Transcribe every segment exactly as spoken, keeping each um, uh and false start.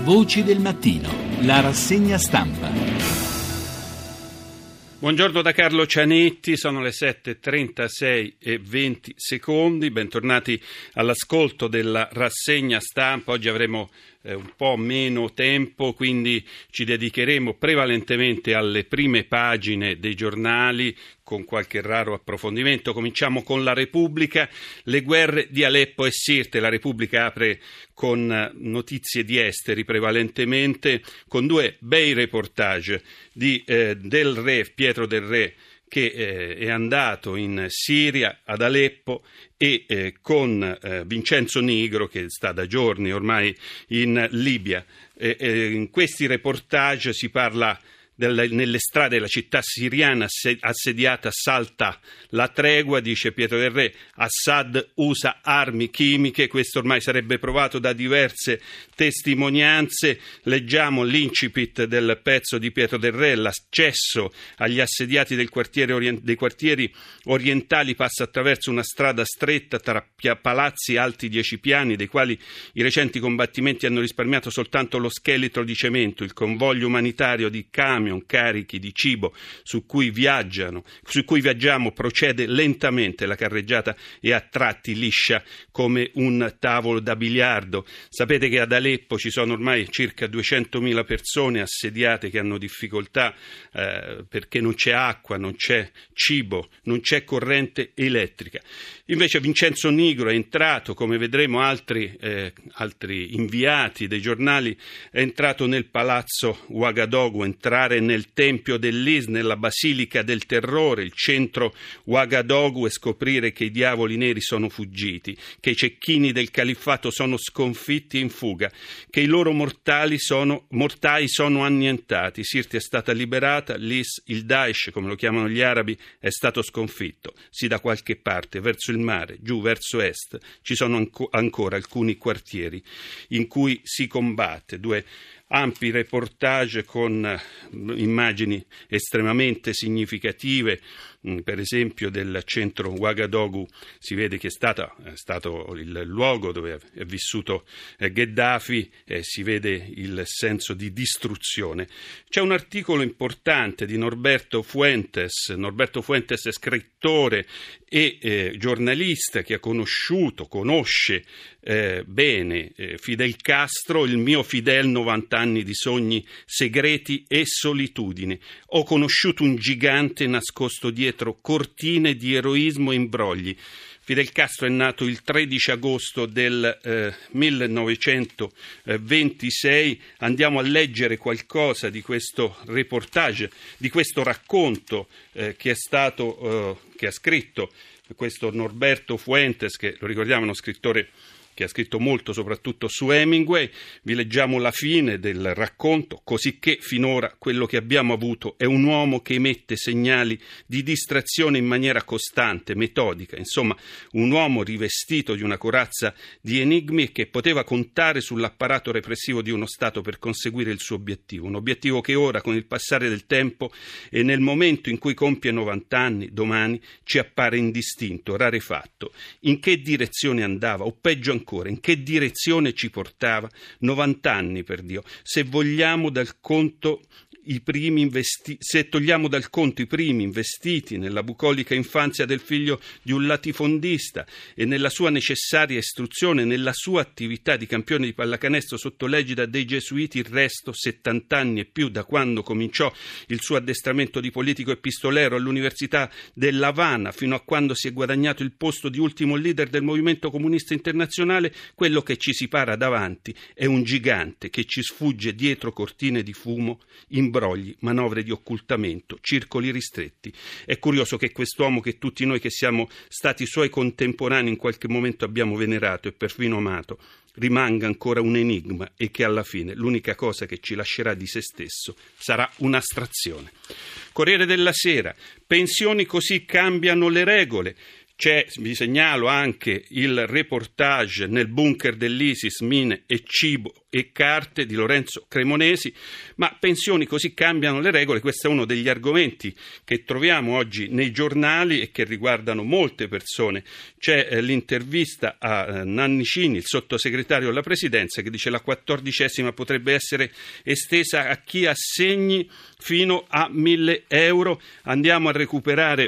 Voci del mattino, la rassegna stampa. Buongiorno da Carlo Cianetti, sono le sette e trentasei e venti secondi, bentornati all'ascolto della rassegna stampa. Oggi avremo eh, un po' meno tempo, quindi ci dedicheremo prevalentemente alle prime pagine dei giornali con qualche raro approfondimento. Cominciamo con la Repubblica, le guerre di Aleppo e Sirte. La Repubblica apre con notizie di esteri prevalentemente, con due bei reportage di eh, Del Re, Pietro Del Re, che eh, è andato in Siria, ad Aleppo, e eh, con eh, Vincenzo Nigro, che sta da giorni ormai in Libia. Eh, eh, in questi reportage si parla Del, nelle strade della città siriana assediata salta la tregua, dice Pietro Del Re. Assad usa armi chimiche, questo ormai sarebbe provato da diverse testimonianze. Leggiamo l'incipit del pezzo di Pietro Del Re: l'accesso agli assediati del quartiere orient- dei quartieri orientali passa attraverso una strada stretta tra palazzi alti dieci piani, dei quali i recenti combattimenti hanno risparmiato soltanto lo scheletro di cemento. Il convoglio umanitario di camion carichi di cibo su cui viaggiano, su cui viaggiamo procede lentamente. La carreggiata è a tratti liscia come un tavolo da biliardo. Sapete che ad Aleppo ci sono ormai circa duecentomila persone assediate che hanno difficoltà eh, perché non c'è acqua, non c'è cibo, non c'è corrente elettrica. Invece Vincenzo Nigro è entrato, come vedremo altri, eh, altri inviati dei giornali, è entrato nel palazzo Ouagadougou, entrare nel Tempio dell'I S, nella Basilica del Terrore, il centro Ouagadougou, e scoprire che i diavoli neri sono fuggiti, che i cecchini del califfato sono sconfitti e in fuga, che i loro mortali sono, mortai sono annientati. Sirte è stata liberata, l'I S, il Daesh, come lo chiamano gli arabi, è stato sconfitto. Sì, da qualche parte, verso il mare, giù verso est, ci sono anco, ancora alcuni quartieri in cui si combatte. Due ampi reportage con immagini estremamente significative. Per esempio del centro Ouagadougou si vede che è stato, è stato il luogo dove è vissuto Gheddafi, e si vede il senso di distruzione. C'è un articolo importante di Norberto Fuentes. Norberto Fuentes è scrittore e eh, giornalista che ha conosciuto, conosce eh, bene eh, Fidel Castro. Il mio Fidel, novanta anni di sogni segreti e solitudine. Ho conosciuto un gigante nascosto dietro cortine di eroismo e imbrogli. Fidel Castro è nato il tredici agosto del eh, millenovecentoventisei. Andiamo a leggere qualcosa di questo reportage, di questo racconto eh, che è stato, eh, che ha scritto questo Norberto Fuentes, che lo ricordiamo è uno scrittore che ha scritto molto soprattutto su Hemingway. Vi leggiamo la fine del racconto: cosicché finora quello che abbiamo avuto è un uomo che emette segnali di distrazione in maniera costante, metodica, insomma un uomo rivestito di una corazza di enigmi e che poteva contare sull'apparato repressivo di uno Stato per conseguire il suo obiettivo, un obiettivo che ora, con il passare del tempo e nel momento in cui compie novanta anni, domani, ci appare indistinto, rarefatto. In che direzione andava, o peggio ancora, Ancora, in che direzione ci portava? novanta anni, per Dio. Se vogliamo dal conto i primi investi- se togliamo dal conto i primi investiti nella bucolica infanzia del figlio di un latifondista e nella sua necessaria istruzione, nella sua attività di campione di pallacanestro sotto l'egida dei gesuiti, il resto, settanta anni e più da quando cominciò il suo addestramento di politico epistolero all'Università dell'Havana fino a quando si è guadagnato il posto di ultimo leader del movimento comunista internazionale, quello che ci si para davanti è un gigante che ci sfugge dietro cortine di fumo, in brogli, manovre di occultamento, circoli ristretti. È curioso che quest'uomo, che tutti noi che siamo stati suoi contemporanei in qualche momento abbiamo venerato e perfino amato, rimanga ancora un enigma e che alla fine l'unica cosa che ci lascerà di se stesso sarà un'astrazione. Corriere della Sera: pensioni, così cambiano le regole. C'è, vi segnalo anche il reportage Nel bunker dell'ISIS, mine e cibo e carte di Lorenzo Cremonesi. Ma pensioni, così cambiano le regole, questo è uno degli argomenti che troviamo oggi nei giornali e che riguardano molte persone. C'è eh, l'intervista a eh, Nannicini, il sottosegretario alla Presidenza, che dice la quattordicesima potrebbe essere estesa a chi assegni fino a mille euro. Andiamo a recuperare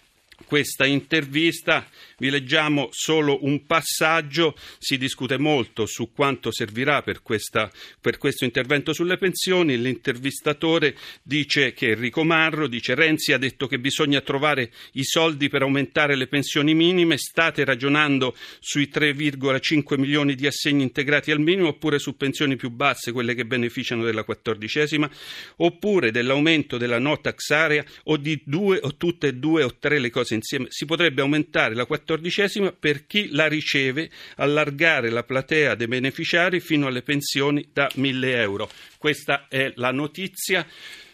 questa intervista, vi leggiamo solo un passaggio. Si discute molto su quanto servirà per, questa, per questo intervento sulle pensioni. L'intervistatore dice che Enrico Marro dice Renzi ha detto che bisogna trovare i soldi per aumentare le pensioni minime, state ragionando sui tre virgola cinque milioni di assegni integrati al minimo oppure su pensioni più basse, quelle che beneficiano della quattordicesima, oppure dell'aumento della no tax area o di due o tutte e due o tre le cose insieme. Si potrebbe aumentare la quattordicesima per chi la riceve, allargare la platea dei beneficiari fino alle pensioni da mille euro. Questa è la notizia.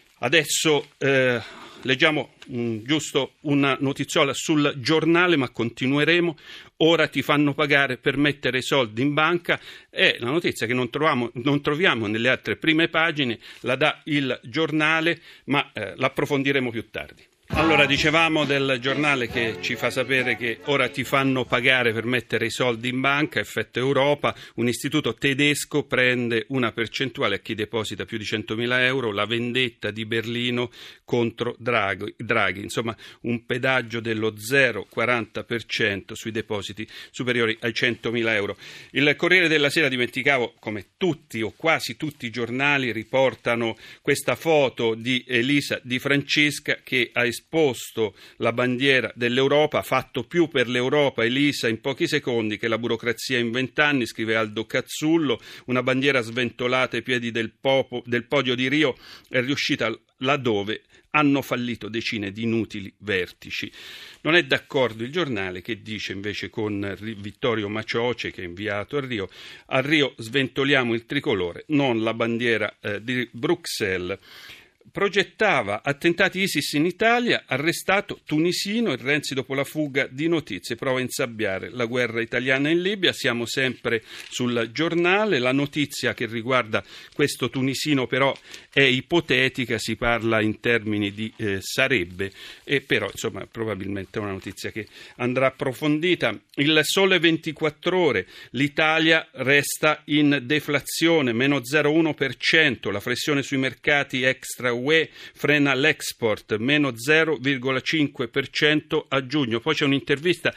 Adesso eh, leggiamo mh, giusto una notiziola sul giornale, ma continueremo. Ora ti fanno pagare per mettere i soldi in banca. È la notizia che non troviamo, non troviamo nelle altre prime pagine, la dà il giornale, ma eh, l'approfondiremo più tardi. Allora, dicevamo del giornale che ci fa sapere che ora ti fanno pagare per mettere i soldi in banca, effetto Europa, un istituto tedesco prende una percentuale a chi deposita più di centomila euro, la vendetta di Berlino contro Draghi, Draghi, insomma un pedaggio dello zero virgola quaranta per cento sui depositi superiori ai centomila euro. Il Corriere della Sera, dimenticavo, come tutti o quasi tutti i giornali, riportano questa foto di Elisa Di Francesca che ha esposto la bandiera dell'Europa, fatto più per l'Europa Elisa in pochi secondi che la burocrazia in vent'anni, scrive Aldo Cazzullo. Una bandiera sventolata ai piedi del, popo, del podio di Rio è riuscita laddove hanno fallito decine di inutili vertici. Non è d'accordo il giornale, che dice invece con Vittorio Macioce, che è inviato a Rio: a Rio sventoliamo il tricolore, non la bandiera eh, di Bruxelles. Progettava attentati ISIS in Italia, arrestato tunisino, e Renzi dopo la fuga di notizie prova a insabbiare la guerra italiana in Libia. Siamo sempre sul giornale, la notizia che riguarda questo tunisino però è ipotetica, si parla in termini di eh, sarebbe, e però insomma probabilmente è una notizia che andrà approfondita. Il Sole ventiquattro Ore, l'Italia resta in deflazione, meno zero virgola uno per cento, la flessione sui mercati extra U E frena l'export, meno zero virgola cinque per cento a giugno. Poi c'è un'intervista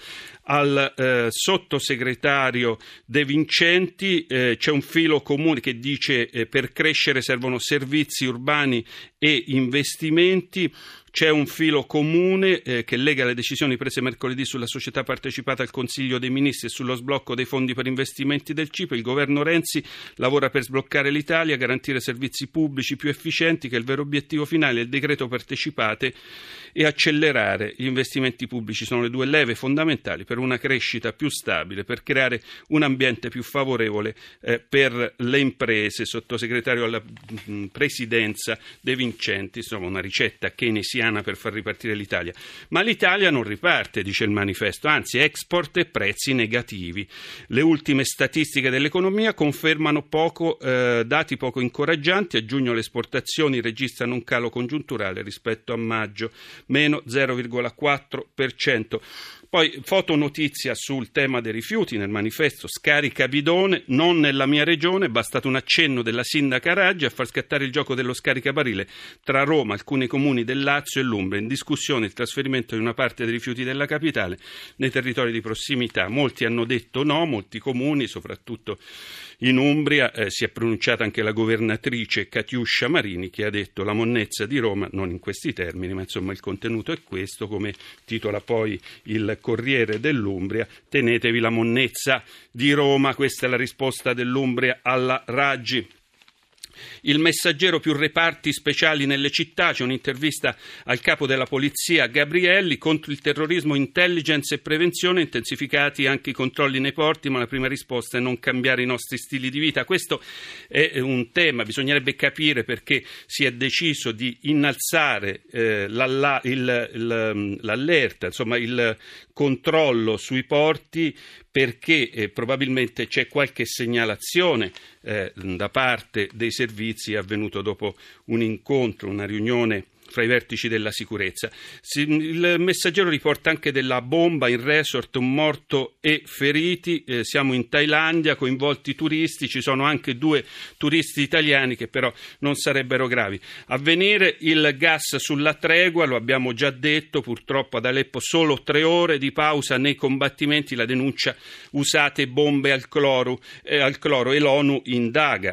al eh, sottosegretario De Vincenti, eh, c'è un filo comune che dice eh, per crescere servono servizi urbani e investimenti. C'è un filo comune eh, che lega le decisioni prese mercoledì sulla società partecipata al Consiglio dei Ministri e sullo sblocco dei fondi per investimenti del C I P E. Il governo Renzi lavora per sbloccare l'Italia, garantire servizi pubblici più efficienti, che è il vero obiettivo finale. Il decreto partecipate e accelerare gli investimenti pubblici sono le due leve fondamentali per una crescita più stabile, per creare un ambiente più favorevole eh, per le imprese. Sottosegretario alla mh, Presidenza De Vincenti, insomma una ricetta keynesiana per far ripartire l'Italia. Ma l'Italia non riparte, dice il manifesto, anzi export e prezzi negativi. Le ultime statistiche dell'economia confermano poco, eh, dati poco incoraggianti. A giugno le esportazioni registrano un calo congiunturale rispetto a maggio, meno zero virgola quattro per cento. Poi fotonotizia sul tema dei rifiuti nel manifesto: scarica bidone, non nella mia regione, è bastato un accenno della sindaca Raggi a far scattare il gioco dello scaricabarile tra Roma, alcuni comuni del Lazio e l'Umbria. In discussione il trasferimento di una parte dei rifiuti della capitale nei territori di prossimità. Molti hanno detto no, molti comuni, soprattutto in Umbria. Eh, si è pronunciata anche la governatrice Catiuscia Marini, che ha detto la monnezza di Roma, non in questi termini, ma insomma il contenuto è questo, come titola poi il Corriere dell'Umbria: tenetevi la monnezza di Roma. Questa è la risposta dell'Umbria alla Raggi. Il Messaggero, più reparti speciali nelle città, c'è un'intervista al capo della polizia Gabrielli. Contro il terrorismo, intelligence e prevenzione, intensificati anche i controlli nei porti, ma la prima risposta è non cambiare i nostri stili di vita. Questo è un tema, bisognerebbe capire perché si è deciso di innalzare eh, l'alla, il, il, l'allerta, insomma il controllo sui porti, perché eh, probabilmente c'è qualche segnalazione eh, da parte dei servizi avvenuto dopo un incontro, una riunione fra i vertici della sicurezza. Il Messaggero riporta anche della bomba in resort, un morto e feriti. Eh, siamo in Thailandia, coinvolti turisti, ci sono anche due turisti italiani che però non sarebbero gravi. Avvenire, il gas sulla tregua, lo abbiamo già detto, purtroppo ad Aleppo solo tre ore di pausa nei combattimenti, la denuncia usate bombe al cloro, eh, al cloro e l'ONU indaga.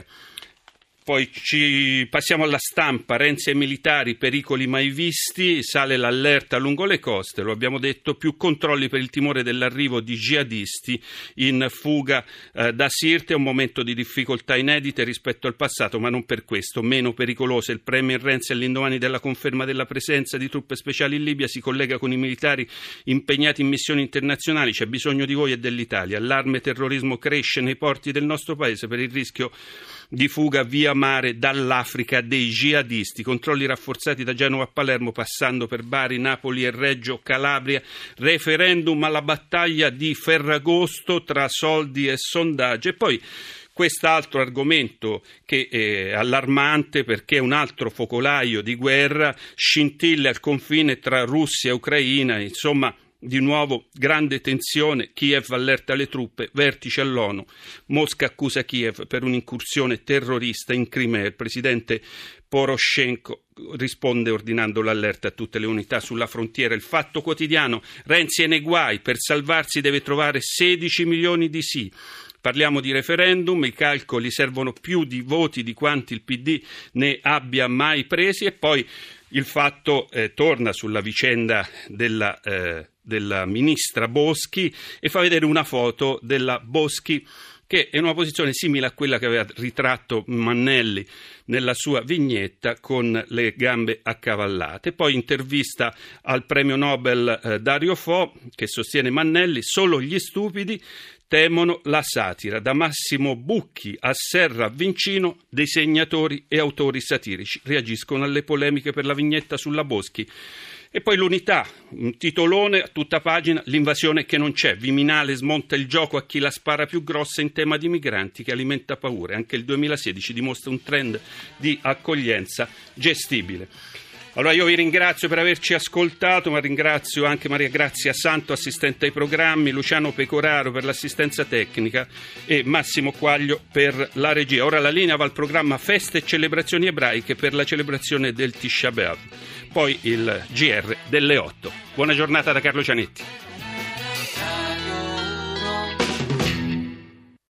Poi ci passiamo alla Stampa, Renzi ai militari, pericoli mai visti, sale l'allerta lungo le coste, lo abbiamo detto, più controlli per il timore dell'arrivo di jihadisti in fuga eh, da Sirte, un momento di difficoltà inedite rispetto al passato, ma non per questo meno pericolose. Il premier Renzi, all'indomani della conferma della presenza di truppe speciali in Libia, si collega con i militari impegnati in missioni internazionali. C'è bisogno di voi e dell'Italia. Allarme terrorismo cresce nei porti del nostro paese per il rischio di fuga via mare dall'Africa dei jihadisti. Controlli rafforzati da Genova a Palermo, passando per Bari, Napoli e Reggio Calabria. Referendum alla battaglia di Ferragosto tra soldi e sondaggi. E poi quest'altro argomento che è allarmante, perché è un altro focolaio di guerra, scintille al confine tra Russia e Ucraina, insomma. Di nuovo grande tensione, Kiev allerta le truppe, vertice all'ONU, Mosca accusa Kiev per un'incursione terrorista in Crimea. Il presidente Poroshenko risponde ordinando l'allerta a tutte le unità sulla frontiera. Il Fatto Quotidiano, Renzi è nei guai, per salvarsi deve trovare sedici milioni di sì. Parliamo di referendum, i calcoli servono più di voti di quanti il P D ne abbia mai presi. E poi il Fatto eh, torna sulla vicenda della, eh, della ministra Boschi e fa vedere una foto della Boschi che è in una posizione simile a quella che aveva ritratto Mannelli nella sua vignetta, con le gambe accavallate. Poi intervista al premio Nobel eh, Dario Fo, che sostiene Mannelli: solo gli stupidi temono la satira. Da Massimo Bucchi a Serra Vincino, dei segnatori e autori satirici reagiscono alle polemiche per la vignetta sulla Boschi. E poi l'Unità, un titolone a tutta pagina, l'invasione che non c'è, Viminale smonta il gioco a chi la spara più grossa in tema di migranti che alimenta paure. Anche il duemilasedici dimostra un trend di accoglienza gestibile. Allora io vi ringrazio per averci ascoltato, ma ringrazio anche Maria Grazia Santo, assistente ai programmi, Luciano Pecoraro per l'assistenza tecnica e Massimo Quaglio per la regia. Ora la linea va al programma Feste e celebrazioni ebraiche per la celebrazione del Tisha B'Av. Poi il G R delle otto. Buona giornata da Carlo Cianetti.